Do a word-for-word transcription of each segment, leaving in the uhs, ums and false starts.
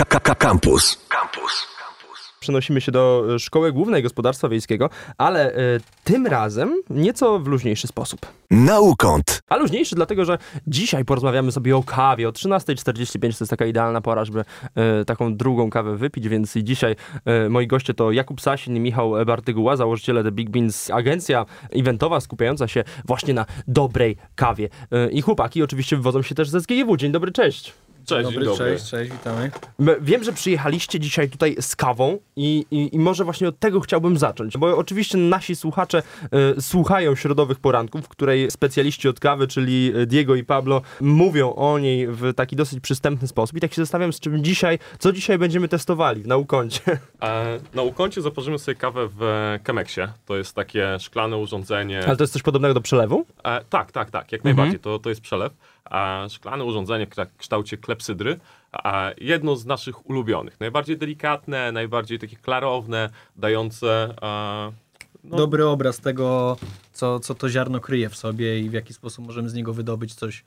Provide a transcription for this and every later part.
Campus. Campus. Przenosimy się do Szkoły Głównej Gospodarstwa Wiejskiego, ale y, tym razem nieco w luźniejszy sposób. Naukąt. A luźniejszy dlatego, że dzisiaj porozmawiamy sobie o kawie. O trzynasta czterdzieści pięć to jest taka idealna pora, żeby y, taką drugą kawę wypić, więc dzisiaj y, moi goście to Jakub Sasin i Michał Bartyguła, założyciele The Big Beans, agencja eventowa skupiająca się właśnie na dobrej kawie. Y, I chłopaki oczywiście wywodzą się też ze S G G W. Dzień dobry, cześć. Cześć, Dobry, dobry. Cześć, cześć, witamy. Wiem, że przyjechaliście dzisiaj tutaj z kawą i, i, i może właśnie od tego chciałbym zacząć, bo oczywiście nasi słuchacze y, słuchają Środowych Poranków, w której specjaliści od kawy, czyli Diego i Pablo, mówią o niej w taki dosyć przystępny sposób i tak się zastanawiam, z czym dzisiaj, co dzisiaj będziemy testowali w Naukącie. E, na Naukącie zaparzymy sobie kawę w Chemexie. To jest takie szklane urządzenie. Ale to jest coś podobnego do przelewu? E, tak, tak, tak, jak Mhm. najbardziej. To, to jest przelew. E, szklane urządzenie w kształcie klepsydry. E, jedno z naszych ulubionych. Najbardziej delikatne, najbardziej takie klarowne, dające... E, no, Dobry obraz tego, co, co to ziarno kryje w sobie i w jaki sposób możemy z niego wydobyć coś,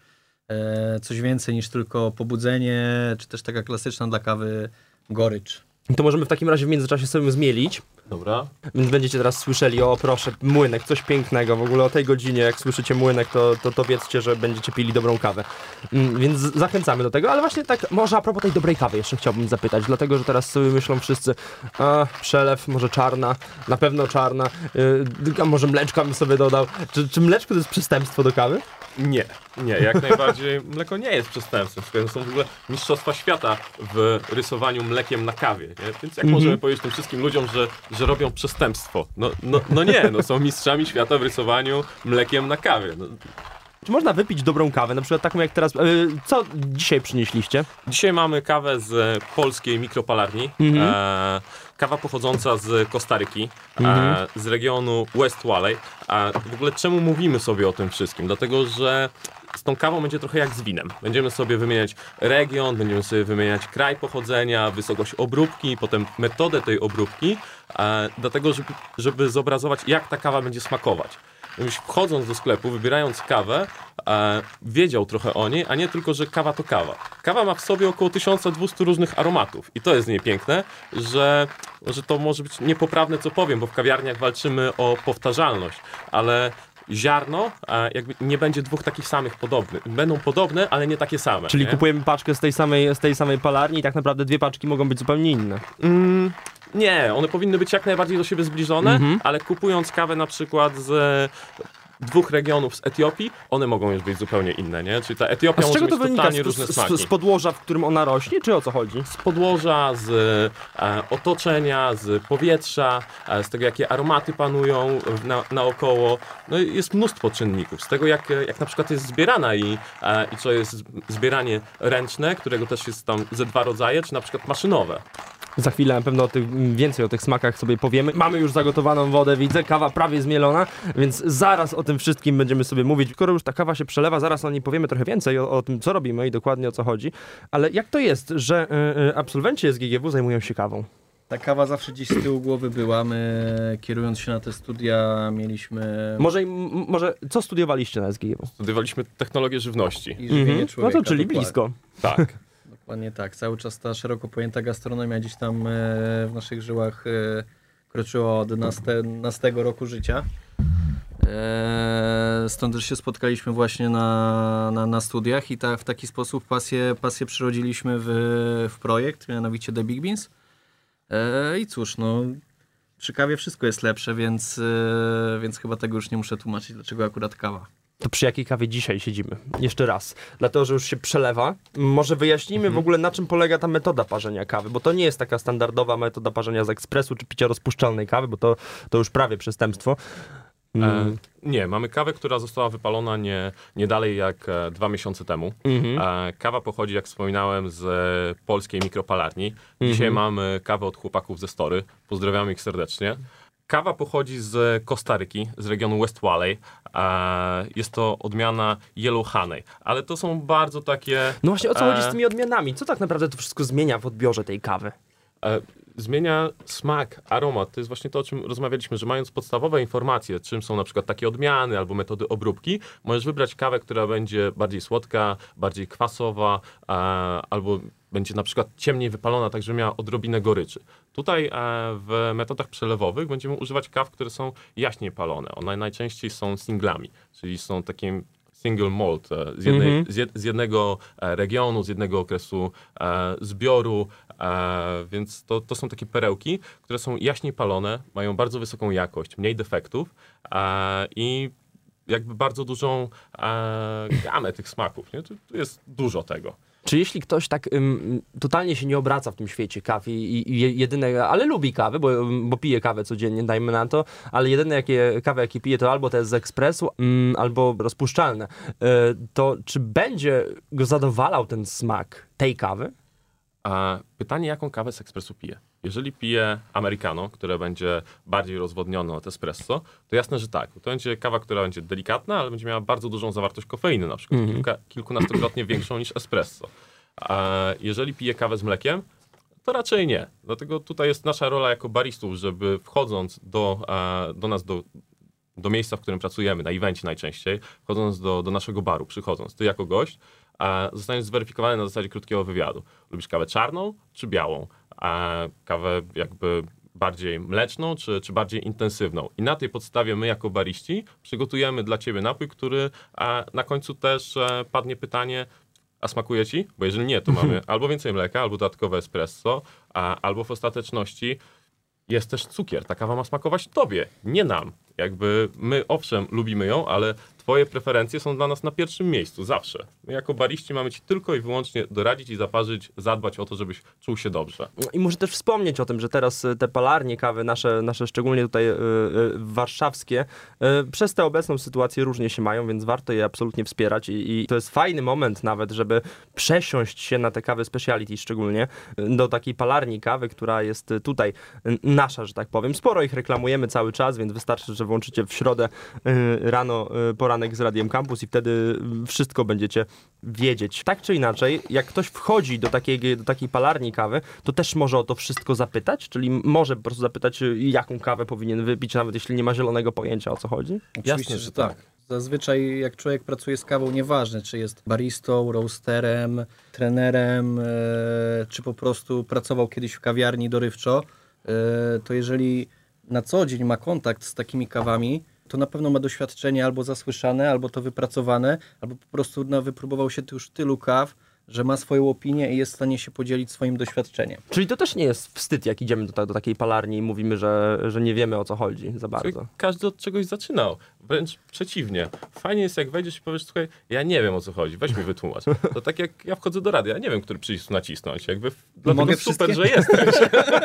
e, coś więcej niż tylko pobudzenie, czy też taka klasyczna dla kawy gorycz. To możemy w takim razie w międzyczasie sobie zmielić. Dobra. Więc będziecie teraz słyszeli, o proszę, młynek, coś pięknego. W ogóle o tej godzinie, jak słyszycie młynek, to, to, to wiedzcie, że będziecie pili dobrą kawę. Mm, więc zachęcamy do tego, ale właśnie tak, może a propos tej dobrej kawy jeszcze chciałbym zapytać, dlatego, że teraz sobie myślą wszyscy, a przelew, może czarna, na pewno czarna, yy, a może mleczka bym sobie dodał. Czy, czy mleczko to jest przestępstwo do kawy? Nie, nie, jak najbardziej mleko nie jest przestępstwem. To są w ogóle mistrzostwa świata w rysowaniu mlekiem na kawie, nie? Więc jak Mhm. możemy powiedzieć tym wszystkim ludziom, że, że robią przestępstwo? No, no, no nie, no są mistrzami świata w rysowaniu mlekiem na kawie. No. Czy można wypić dobrą kawę, na przykład taką jak teraz, yy, co dzisiaj przynieśliście? Dzisiaj mamy kawę z polskiej mikropalarni. Mhm. E, kawa pochodząca z Kostaryki, Mhm. e, z regionu West Valley. E, w ogóle czemu mówimy sobie o tym wszystkim? Dlatego, że z tą kawą będzie trochę jak z winem. Będziemy sobie wymieniać region, będziemy sobie wymieniać kraj pochodzenia, wysokość obróbki, potem metodę tej obróbki, e, dlatego, żeby, żeby zobrazować, jak ta kawa będzie smakować. Żebyś wchodząc do sklepu, wybierając kawę, e, wiedział trochę o niej, a nie tylko, że kawa to kawa. Kawa ma w sobie około tysiąc dwieście różnych aromatów i to jest w niej piękne, że, że to może być niepoprawne, co powiem, bo w kawiarniach walczymy o powtarzalność, ale ziarno e, jakby nie będzie dwóch takich samych podobnych. Będą podobne, ale nie takie same. Czyli nie? kupujemy paczkę z tej samej, z tej samej palarni i tak naprawdę dwie paczki mogą być zupełnie inne. Mm, nie, one powinny być jak najbardziej do siebie zbliżone, Mhm. ale kupując kawę na przykład z dwóch regionów z Etiopii, one mogą już być zupełnie inne, nie? Czyli ta A Etiopia z może czego mieć to wynika? totalnie Z, różne z, smaki. z podłoża, w którym ona rośnie, czy o co chodzi? Z podłoża, z e, otoczenia, z powietrza, e, z tego, jakie aromaty panują na, naokoło. No i jest mnóstwo czynników. Z tego, jak, jak na przykład jest zbierana i, e, i co jest zbieranie ręczne, którego też jest tam ze dwa rodzaje, czy na przykład maszynowe. Za chwilę na pewno o tych, więcej o tych smakach sobie powiemy. Mamy już zagotowaną wodę, widzę, kawa prawie zmielona, więc zaraz o tym wszystkim będziemy sobie mówić. Skoro już ta kawa się przelewa, zaraz o niej powiemy trochę więcej, o, o tym, co robimy i dokładnie o co chodzi. Ale jak to jest, że y, y, absolwenci S G G W zajmują się kawą? Ta kawa zawsze gdzieś z tyłu głowy była. My, kierując się na te studia, mieliśmy Może, m, może co studiowaliście na S G G W? Studiowaliśmy technologię żywności. i żywienie Mhm. No człowieka. to czyli dokładnie. blisko. Tak. Dokładnie tak. Cały czas ta szeroko pojęta gastronomia gdzieś tam e, w naszych żyłach e, kroczyła od nastego roku życia. E, stąd też się spotkaliśmy właśnie na, na, na studiach i ta, w taki sposób pasję, pasję przyrodziliśmy w, w projekt, mianowicie The Big Beans. E, I cóż, no przy kawie wszystko jest lepsze, więc, e, więc chyba tego już nie muszę tłumaczyć, dlaczego akurat kawa. To przy jakiej kawie dzisiaj siedzimy? Jeszcze raz. Dlatego, że już się przelewa. Może wyjaśnijmy w ogóle, na czym polega ta metoda parzenia kawy, bo to nie jest taka standardowa metoda parzenia z ekspresu czy picia rozpuszczalnej kawy, bo to, to już prawie przestępstwo. E, nie, mamy kawę, która została wypalona nie, nie dalej jak e, dwa miesiące temu. Mhm. E, kawa pochodzi, jak wspominałem, z e, polskiej mikropalarni. Dzisiaj mamy kawę od chłopaków ze Story. Pozdrawiamy ich serdecznie. Kawa pochodzi z Kostaryki, z regionu West Valley. E, jest to odmiana Yellow Honey, ale to są bardzo takie... No właśnie, o co e, chodzi z tymi odmianami? Co tak naprawdę to wszystko zmienia w odbiorze tej kawy? E, zmienia smak, aromat. To jest właśnie to, o czym rozmawialiśmy, że mając podstawowe informacje, czym są na przykład takie odmiany albo metody obróbki, możesz wybrać kawę, która będzie bardziej słodka, bardziej kwasowa, e, albo będzie na przykład ciemniej wypalona, tak żeby miała odrobinę goryczy. Tutaj e, w metodach przelewowych będziemy używać kaw, które są jaśniej palone. One najczęściej są singlami, czyli są takim single malt z, jednej, mm-hmm. z, jed, z jednego regionu, z jednego okresu e, zbioru, e, więc to, to są takie perełki, które są jaśniej palone, mają bardzo wysoką jakość, mniej defektów e, i jakby bardzo dużą e, gamę tych smaków. Nie? Tu, tu jest dużo tego. Czy jeśli ktoś tak ym, totalnie się nie obraca w tym świecie kaw i, i jedyne, ale lubi kawę, bo, bo pije kawę codziennie, dajmy na to, ale jedyne jakie, kawę, jakie pije, to albo to jest z ekspresu, ym, albo rozpuszczalne, yy, to czy będzie go zadowalał ten smak tej kawy? A pytanie, jaką kawę z ekspresu pije? Jeżeli pije americano, które będzie bardziej rozwodnione od espresso, to jasne, że tak. To będzie kawa, która będzie delikatna, ale będzie miała bardzo dużą zawartość kofeiny, na przykład mm-hmm. kilka, kilkunastokrotnie większą niż espresso. A jeżeli pije kawę z mlekiem, to raczej nie. Dlatego tutaj jest nasza rola jako baristów, żeby wchodząc do, do nas, do, do miejsca, w którym pracujemy, na evencie najczęściej, wchodząc do, do naszego baru, przychodząc, ty jako gość, a zostaniesz zweryfikowany na zasadzie krótkiego wywiadu. Lubisz kawę czarną czy białą? A kawę jakby bardziej mleczną czy, czy bardziej intensywną? I na tej podstawie my jako bariści przygotujemy dla ciebie napój, który a na końcu też e, padnie pytanie, a smakuje ci? Bo jeżeli nie, to mamy albo więcej mleka, albo dodatkowe espresso, a, albo w ostateczności jest też cukier. Ta kawa ma smakować tobie, nie nam. Jakby my owszem lubimy ją, ale twoje preferencje są dla nas na pierwszym miejscu, zawsze. My jako bariści mamy ci tylko i wyłącznie doradzić i zaparzyć, zadbać o to, żebyś czuł się dobrze. I muszę też wspomnieć o tym, że teraz te palarnie kawy, nasze, nasze szczególnie tutaj yy, yy, warszawskie, yy, przez tę obecną sytuację różnie się mają, więc warto je absolutnie wspierać i, i to jest fajny moment nawet, żeby przesiąść się na te kawy speciality szczególnie, do takiej palarni kawy, która jest tutaj nasza, że tak powiem. Sporo ich reklamujemy cały czas, więc wystarczy, że włączycie w środę yy, rano yy, poranek z Radiem Campus i wtedy wszystko będziecie wiedzieć. Tak czy inaczej, jak ktoś wchodzi do takiej, do takiej palarni kawy, to też może o to wszystko zapytać, czyli może po prostu zapytać, jaką kawę powinien wypić, nawet jeśli nie ma zielonego pojęcia, o co chodzi? Oczywiście, Jasne, że tak. tak. Zazwyczaj jak człowiek pracuje z kawą, nieważne czy jest baristą, roasterem, trenerem, e, czy po prostu pracował kiedyś w kawiarni dorywczo, e, to jeżeli na co dzień ma kontakt z takimi kawami, to na pewno ma doświadczenie albo zasłyszane, albo to wypracowane, albo po prostu no, wypróbował się już tylu kaw, że ma swoją opinię i jest w stanie się podzielić swoim doświadczeniem. Czyli to też nie jest wstyd, jak idziemy do, do takiej palarni i mówimy, że, że nie wiemy, o co chodzi za bardzo. Każdy od czegoś zaczynał. Wręcz przeciwnie. Fajnie jest, jak wejdziesz i powiesz, słuchaj, ja nie wiem, o co chodzi, weź mi wytłumacz. To tak jak ja wchodzę do rady, ja nie wiem, który przycisk nacisnąć. Jakby dlatego Mogę super, wszystkie? że jesteś.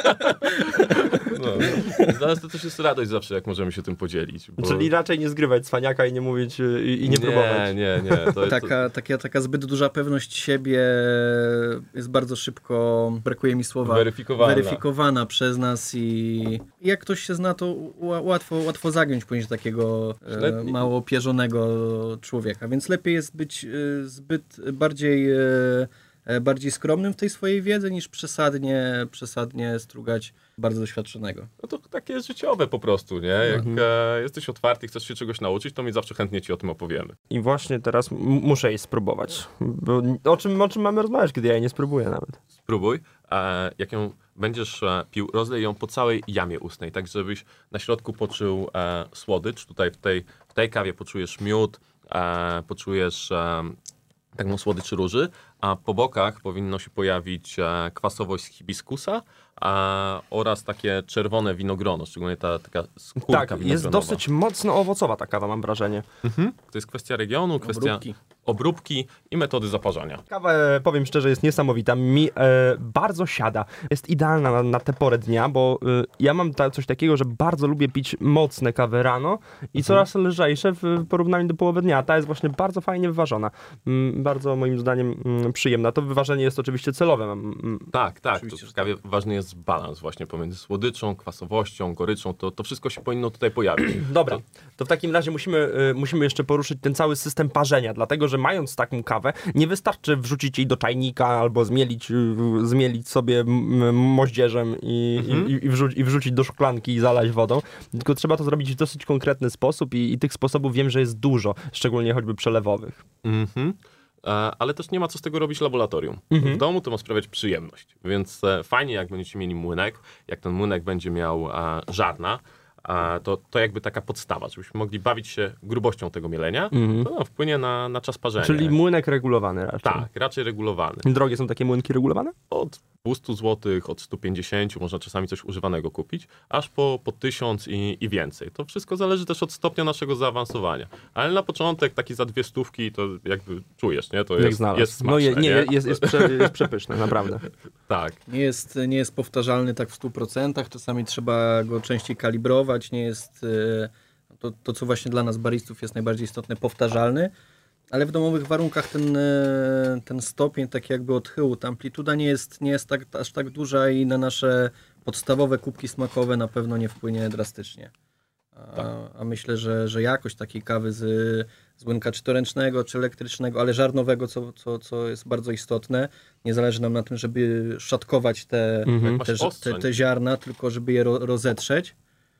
No. Dla nas to też jest radość zawsze, jak możemy się tym podzielić. Bo... Czyli raczej nie zgrywać cwaniaka i nie mówić i, i nie, nie próbować. Nie, nie, nie. To, taka, to... taka, taka zbyt duża pewność siebie jest bardzo szybko, brakuje mi słowa, weryfikowana, weryfikowana przez nas i jak ktoś się zna, to łatwo, łatwo zagiąć poniżej takiego e, mało opierzonego człowieka, więc lepiej jest być e, zbyt bardziej e, bardziej skromnym w tej swojej wiedzy, niż przesadnie, przesadnie strugać bardzo doświadczonego. No to takie jest życiowe po prostu, nie? Jak mhm. e, jesteś otwarty, chcesz się czegoś nauczyć, to my zawsze chętnie ci o tym opowiemy. I właśnie teraz m- muszę jej spróbować. Bo o czym, o czym mamy rozmawiać, kiedy ja jej nie spróbuję nawet? Spróbuj. E, jak ją będziesz e, pił, rozlej ją po całej jamie ustnej, tak żebyś na środku poczuł e, słodycz. Tutaj w tej, w tej kawie poczujesz miód, e, poczujesz e, taką słodycz róży, a po bokach powinno się pojawić e, kwasowość z hibiskusa a, oraz takie czerwone winogrono, szczególnie ta taka skórka tak, winogronowa. Jest dosyć mocno owocowa ta kawa, mam wrażenie. Mhm. To jest kwestia regionu, kwestia obróbki, obróbki i metody zaparzania. Kawa, powiem szczerze, jest niesamowita. Mi e, bardzo siada. Jest idealna na, na tę porę dnia, bo e, ja mam ta, coś takiego, że bardzo lubię pić mocne kawy rano i mhm. coraz lżejsze w porównaniu do połowy dnia. Ta jest właśnie bardzo fajnie wyważona. Mm, bardzo moim zdaniem mm, przyjemna. To wyważenie jest oczywiście celowe. Mm, Tak, tak. Oczywiście, To że w kawie ważny jest balans właśnie pomiędzy słodyczą, kwasowością, goryczą. To, to wszystko się powinno tutaj pojawić. Dobra, to w takim razie musimy, y, musimy jeszcze poruszyć ten cały system parzenia, dlatego że mając taką kawę, nie wystarczy wrzucić jej do czajnika albo zmielić, y, zmielić sobie m, moździerzem i, Mhm. i, i, wrzuć, i wrzucić do szklanki i zalać wodą, tylko trzeba to zrobić w dosyć konkretny sposób i, i tych sposobów wiem, że jest dużo, szczególnie choćby przelewowych. Mhm. E, Ale też nie ma co z tego robić w laboratorium. Mhm. W domu to ma sprawiać przyjemność. Więc e, fajnie, jak będziecie mieli młynek, jak ten młynek będzie miał e, żarna, e, to, to jakby taka podstawa, żebyśmy mogli bawić się grubością tego mielenia, Mhm. to no, wpłynie na, na czas parzenia. Czyli młynek regulowany raczej. Tak, raczej regulowany. Drogie są takie młynki regulowane? Od dwieście złotych, od sto pięćdziesiąt, można czasami coś używanego kupić, aż po, po tysiąc i, i więcej. To wszystko zależy też od stopnia naszego zaawansowania. Ale na początek taki za dwie stówki to jakby czujesz, nie? To Jak jest, znalazł. jest smaczne, No je, nie, nie? Jest, jest, prze, jest przepyszne, naprawdę. Tak. Nie jest, nie jest powtarzalny tak w stu procentach, czasami trzeba go częściej kalibrować, nie jest e, to, to, co właśnie dla nas baristów jest najbardziej istotne, powtarzalny, ale w domowych warunkach ten, e, ten stopień tak jakby odchyłu, ta amplituda nie jest, nie jest tak, aż tak duża i na nasze podstawowe kubki smakowe na pewno nie wpłynie drastycznie. A, a myślę, że, że jakość takiej kawy z, z młynka czy to ręcznego, czy elektrycznego, ale żarnowego, co, co, co jest bardzo istotne, nie zależy nam na tym, żeby szatkować te, Mhm. te, Masz te, ostrzeń. te ziarna, tylko żeby je ro, rozetrzeć,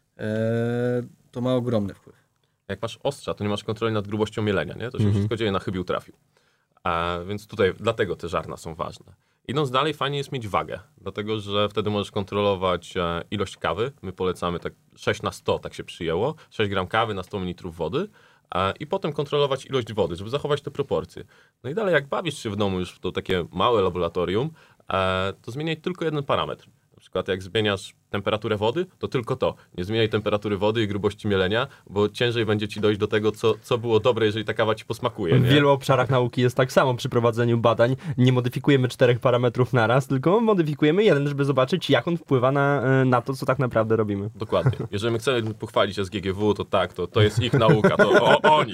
e, to ma ogromny wpływ. Jak masz ostrza, to nie masz kontroli nad grubością mielenia, nie? To się wszystko dzieje na chybił trafił. A więc tutaj dlatego te żarna są ważne. Idąc dalej, fajnie jest mieć wagę, dlatego że wtedy możesz kontrolować e, ilość kawy. My polecamy tak sześć na sto, tak się przyjęło. sześć gram kawy na sto mililitrów wody. E, I potem kontrolować ilość wody, żeby zachować te proporcje. No i dalej, jak bawisz się w domu już w to takie małe laboratorium, e, to zmieniaj tylko jeden parametr. Na przykład jak zmieniasz temperaturę wody, to tylko to. Nie zmieniaj temperatury wody i grubości mielenia, bo ciężej będzie ci dojść do tego, co, co było dobre, jeżeli ta kawa ci posmakuje. W Nie? wielu obszarach nauki jest tak samo przy prowadzeniu badań. Nie modyfikujemy czterech parametrów naraz, tylko modyfikujemy jeden, żeby zobaczyć, jak on wpływa na, na to, co tak naprawdę robimy. Dokładnie. Jeżeli my chcemy pochwalić S G G W, to tak, to, to jest ich nauka, to o, oni.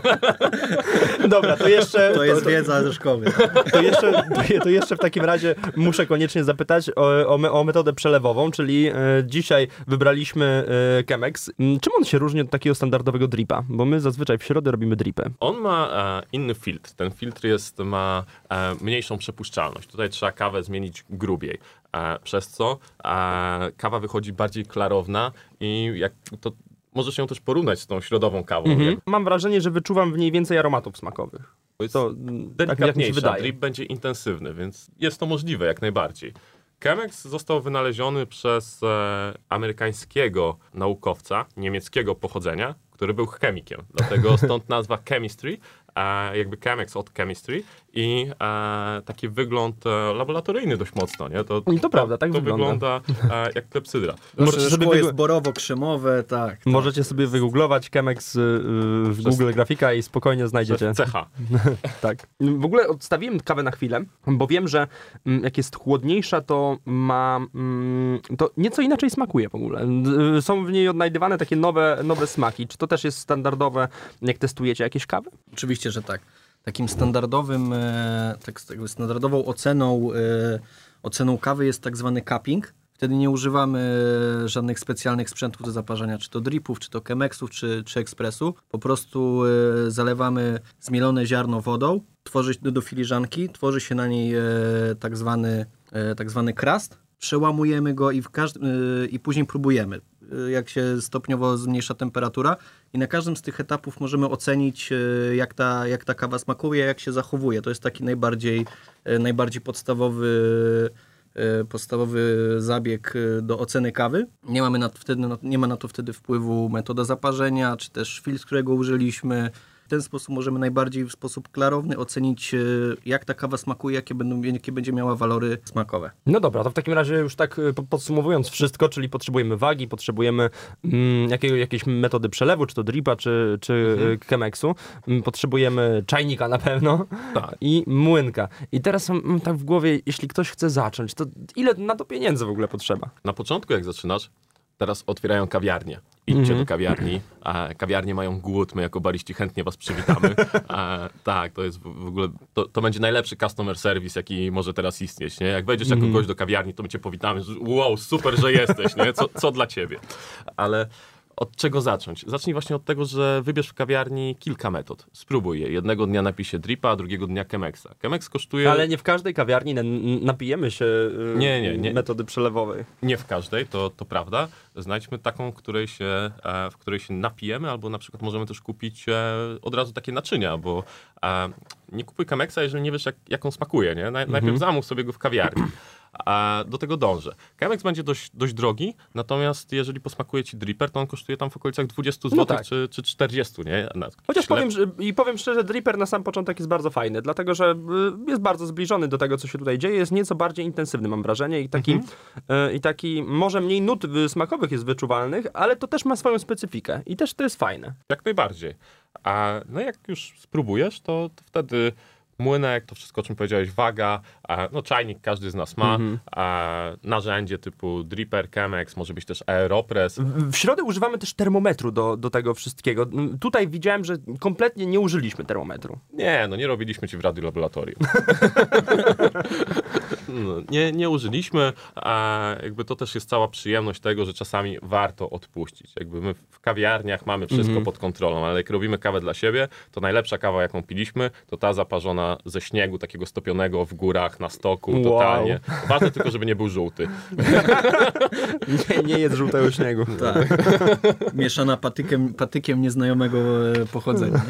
Dobra, to jeszcze... To jest wiedza ze szkoły. To jeszcze, to, to jeszcze w takim razie muszę koniecznie zapytać o, o, me, o metodę przelewową, czyli e, dzisiaj wybraliśmy e, Chemex. M, Czym on się różni od takiego standardowego dripa? Bo my zazwyczaj w środę robimy dripę. On ma e, inny filtr. Ten filtr jest, ma e, mniejszą przepuszczalność. Tutaj trzeba kawę zmienić grubiej. E, przez co e, kawa wychodzi bardziej klarowna i jak to możesz ją też porównać z tą środową kawą. Mhm. Jak Mam wrażenie, że wyczuwam w niej więcej aromatów smakowych. to jest To mm, tak jak mi się delikatniejsza, wydaje. drip będzie intensywny, więc jest to możliwe jak najbardziej. Chemex został wynaleziony przez e, amerykańskiego naukowca niemieckiego pochodzenia, który był chemikiem. Dlatego stąd nazwa chemistry, e, jakby Chemex od chemistry i e, taki wygląd e, laboratoryjny dość mocno, nie? To, I to prawda, tak to wygląda. wygląda e, jak klepsydra. Możecie Znaczy, sobie szkło wygo- jest borowo-krzemowe, tak. tak. Możecie sobie wygooglować Chemex y, y, w Google Grafika i spokojnie znajdziecie. C H. Tak. W ogóle odstawiłem kawę na chwilę, bo wiem, że mm, jak jest chłodniejsza, to ma mm, to nieco inaczej smakuje w ogóle. Y, Są w niej odnajdywane takie nowe, nowe smaki. Czy to też jest standardowe, jak testujecie jakieś kawy? Oczywiście, że tak. Takim standardowym, e, tak, jakby standardową oceną, e, oceną kawy jest tak zwany cupping. Wtedy nie używamy żadnych specjalnych sprzętów do zaparzania, czy to dripów, czy to Chemexów, czy, czy ekspresu. Po prostu e, zalewamy zmielone ziarno wodą, tworzy się do filiżanki, tworzy się na niej e, tak zwany, e, tak zwany crust. Przełamujemy go i, w każdym, e, i później próbujemy, e, jak się stopniowo zmniejsza temperatura. I na każdym z tych etapów możemy ocenić, e, jak ta, jak ta kawa smakuje, jak się zachowuje. To jest taki najbardziej, e, najbardziej podstawowy podstawowy zabieg do oceny kawy. Nie, mamy na, wtedy, nie ma na to wtedy wpływu metoda zaparzenia, czy też filtr, którego użyliśmy. W ten sposób możemy najbardziej w sposób klarowny ocenić, jak ta kawa smakuje, jakie, będą, jakie będzie miała walory smakowe. No dobra, to w takim razie już tak y, po- podsumowując wszystko, czyli potrzebujemy wagi, potrzebujemy mm, jakiego, jakiejś metody przelewu, czy to dripa, czy, czy Mhm. y, Chemexu. Mm, Potrzebujemy czajnika na pewno Tak. i młynka. I teraz mam, mam tak w głowie, jeśli ktoś chce zacząć, to ile na to pieniędzy w ogóle potrzeba? Na początku jak zaczynasz, teraz otwierają kawiarnie. Idźcie do kawiarni. A kawiarnie mają głód, my jako bariści chętnie was przywitamy. A, tak, to jest w ogóle, to, to będzie najlepszy customer service, jaki może teraz istnieć, nie? Jak wejdziesz jako gość do kawiarni, to my cię powitamy, że wow, super, że jesteś, nie? Co, co dla ciebie? Ale od czego zacząć? Zacznij właśnie od tego, że wybierz w kawiarni kilka metod. Spróbuj je. Jednego dnia napij się dripa, drugiego dnia Chemexa. Chemex kosztuje... Ale nie w każdej kawiarni n- napijemy się yy, Nie, nie, nie. metody przelewowej. Nie w każdej, to, to prawda. Znajdźmy taką, której się, e, w której się napijemy, albo na przykład możemy też kupić e, od razu takie naczynia, bo e, nie kupuj Chemexa, jeżeli nie wiesz, jak, jak on smakuje, nie? Naj, Najpierw zamów sobie go w kawiarni. A do tego dążę. Chemex będzie dość, dość drogi, natomiast jeżeli posmakuje ci dripper, to on kosztuje tam w okolicach dwadzieścia złotych tak. czy, czy czterdzieści, nie? Na Chociaż ślep... powiem, że, i powiem szczerze, dripper na sam początek jest bardzo fajny, dlatego że y, jest bardzo zbliżony do tego, co się tutaj dzieje, jest nieco bardziej intensywny, mam wrażenie, i taki, y, i taki może mniej nut y, smakowych jest wyczuwalnych, ale to też ma swoją specyfikę i też to jest fajne. Jak najbardziej. A no jak już spróbujesz, to, to wtedy młynek, to wszystko, o czym powiedziałeś, waga, a, no czajnik każdy z nas ma, mm-hmm. a, narzędzie typu dripper, Chemex, może być też Aeropress. W, w środę używamy też termometru do, do tego wszystkiego. Tutaj widziałem, że kompletnie nie użyliśmy termometru. Nie, no nie robiliśmy ci w radiolaboratorium. no, nie, nie użyliśmy, a jakby to też jest cała przyjemność tego, że czasami warto odpuścić. Jakby my w kawiarniach mamy wszystko mm-hmm. pod kontrolą, ale jak robimy kawę dla siebie, to najlepsza kawa, jaką piliśmy, to ta zaparzona ze śniegu, takiego stopionego w górach, na stoku, wow. totalnie. Ważne tylko, żeby nie był żółty. nie, nie jest żółtego śniegu. Tak. Mieszana patykiem, patykiem nieznajomego pochodzenia.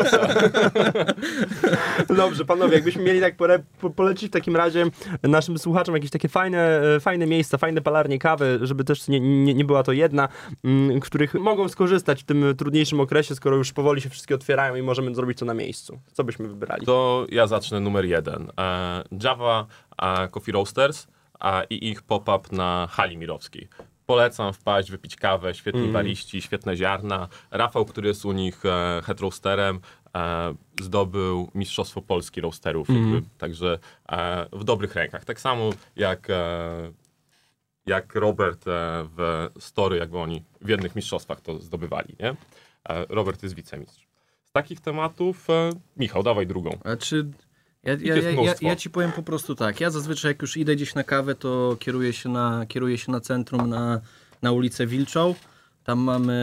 Dobrze, panowie, jakbyśmy mieli tak pore, po, polecić w takim razie naszym słuchaczom jakieś takie fajne, fajne miejsca, fajne palarnie kawy, żeby też nie, nie, nie była to jedna, m, których mogą skorzystać w tym trudniejszym okresie, skoro już powoli się wszystkie otwierają i możemy zrobić to na miejscu. Co byśmy wybrali? To ja zacznę numer jeden. E, Java e, Coffee Roasters e, i ich pop-up na hali mirowskiej. Polecam wpaść, wypić kawę, świetni mm. bariści, świetne ziarna. Rafał, który jest u nich e, head roasterem, e, zdobył Mistrzostwo Polski roasterów, mm. jakby, także e, w dobrych rękach. Tak samo jak, e, jak Robert e, w Story, jakby oni w jednych mistrzostwach to zdobywali, nie? E, Robert jest wicemistrz. Z takich tematów, e, Michał, dawaj drugą. A czy... Ja, ja, ja, ja, ja ci powiem po prostu tak, ja zazwyczaj jak już idę gdzieś na kawę, to kieruję się na, kieruję się na centrum, na, na ulicę Wilczą. Tam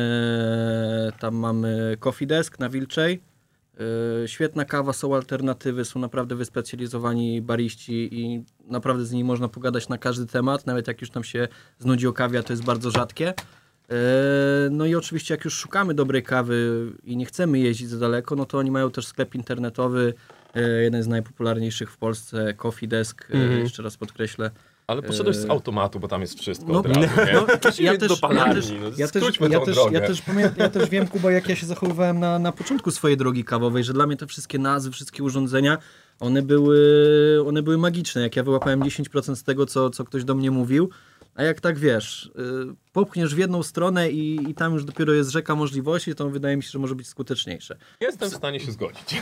mamy, tam mamy Coffee Desk na Wilczej. Yy, świetna kawa, są alternatywy, są naprawdę wyspecjalizowani bariści i naprawdę z nimi można pogadać na każdy temat, nawet jak już nam się znudzi o kawie, a to jest bardzo rzadkie. Yy, no i oczywiście jak już szukamy dobrej kawy i nie chcemy jeździć za daleko, no to oni mają też sklep internetowy, jeden z najpopularniejszych w Polsce, Coffee Desk, mm-hmm. jeszcze raz podkreślę. Ale poszedłeś z automatu, bo tam jest wszystko no, od razu, nie? No, ja też, do palarni, ja też, no, ja też, ja też, ja też, pamiętam, ja też wiem, Kuba, jak ja się zachowywałem na, na początku swojej drogi kawowej, że dla mnie te wszystkie nazwy, wszystkie urządzenia, one były, one były magiczne. Jak ja wyłapałem dziesięć procent z tego, co, co ktoś do mnie mówił, a jak tak wiesz, yy, popchniesz w jedną stronę i, i tam już dopiero jest rzeka możliwości, to wydaje mi się, że może być skuteczniejsze. Jestem w stanie się zgodzić.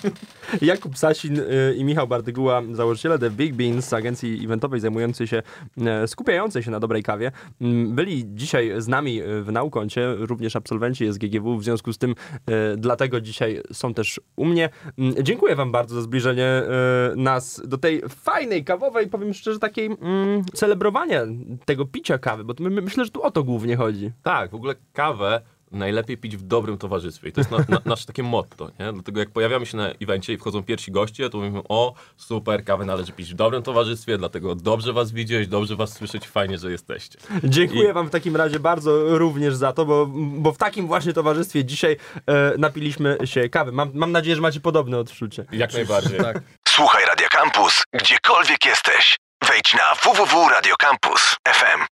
Jakub Sasin y, i Michał Bardyguła, założyciele The Big Beans, agencji eventowej zajmującej się, y, skupiającej się na dobrej kawie, y, byli dzisiaj z nami w Naukoncie, również absolwenci S G G W, w związku z tym y, dlatego dzisiaj są też u mnie. Y, dziękuję wam bardzo za zbliżenie y, nas do tej fajnej, kawowej, powiem szczerze, takiej y, celebrowania tego picia kawy, bo my, my, myślę, że tu o to głównie chodzi. Tak, w ogóle kawę najlepiej pić w dobrym towarzystwie. I to jest na, na, nasze takie motto, nie? Dlatego jak pojawiamy się na evencie i wchodzą pierwsi goście, to mówimy, o, super, kawę należy pić w dobrym towarzystwie, dlatego dobrze was widzieć, dobrze was słyszeć, fajnie, że jesteście. Dziękuję I... wam w takim razie bardzo również za to, bo, bo w takim właśnie towarzystwie dzisiaj e, napiliśmy się kawy. Mam, mam nadzieję, że macie podobne odczucie. Jak najbardziej. Tak. Słuchaj Radia Campus, gdziekolwiek jesteś. Wejdź na w w w kropka radio campus kropka f m.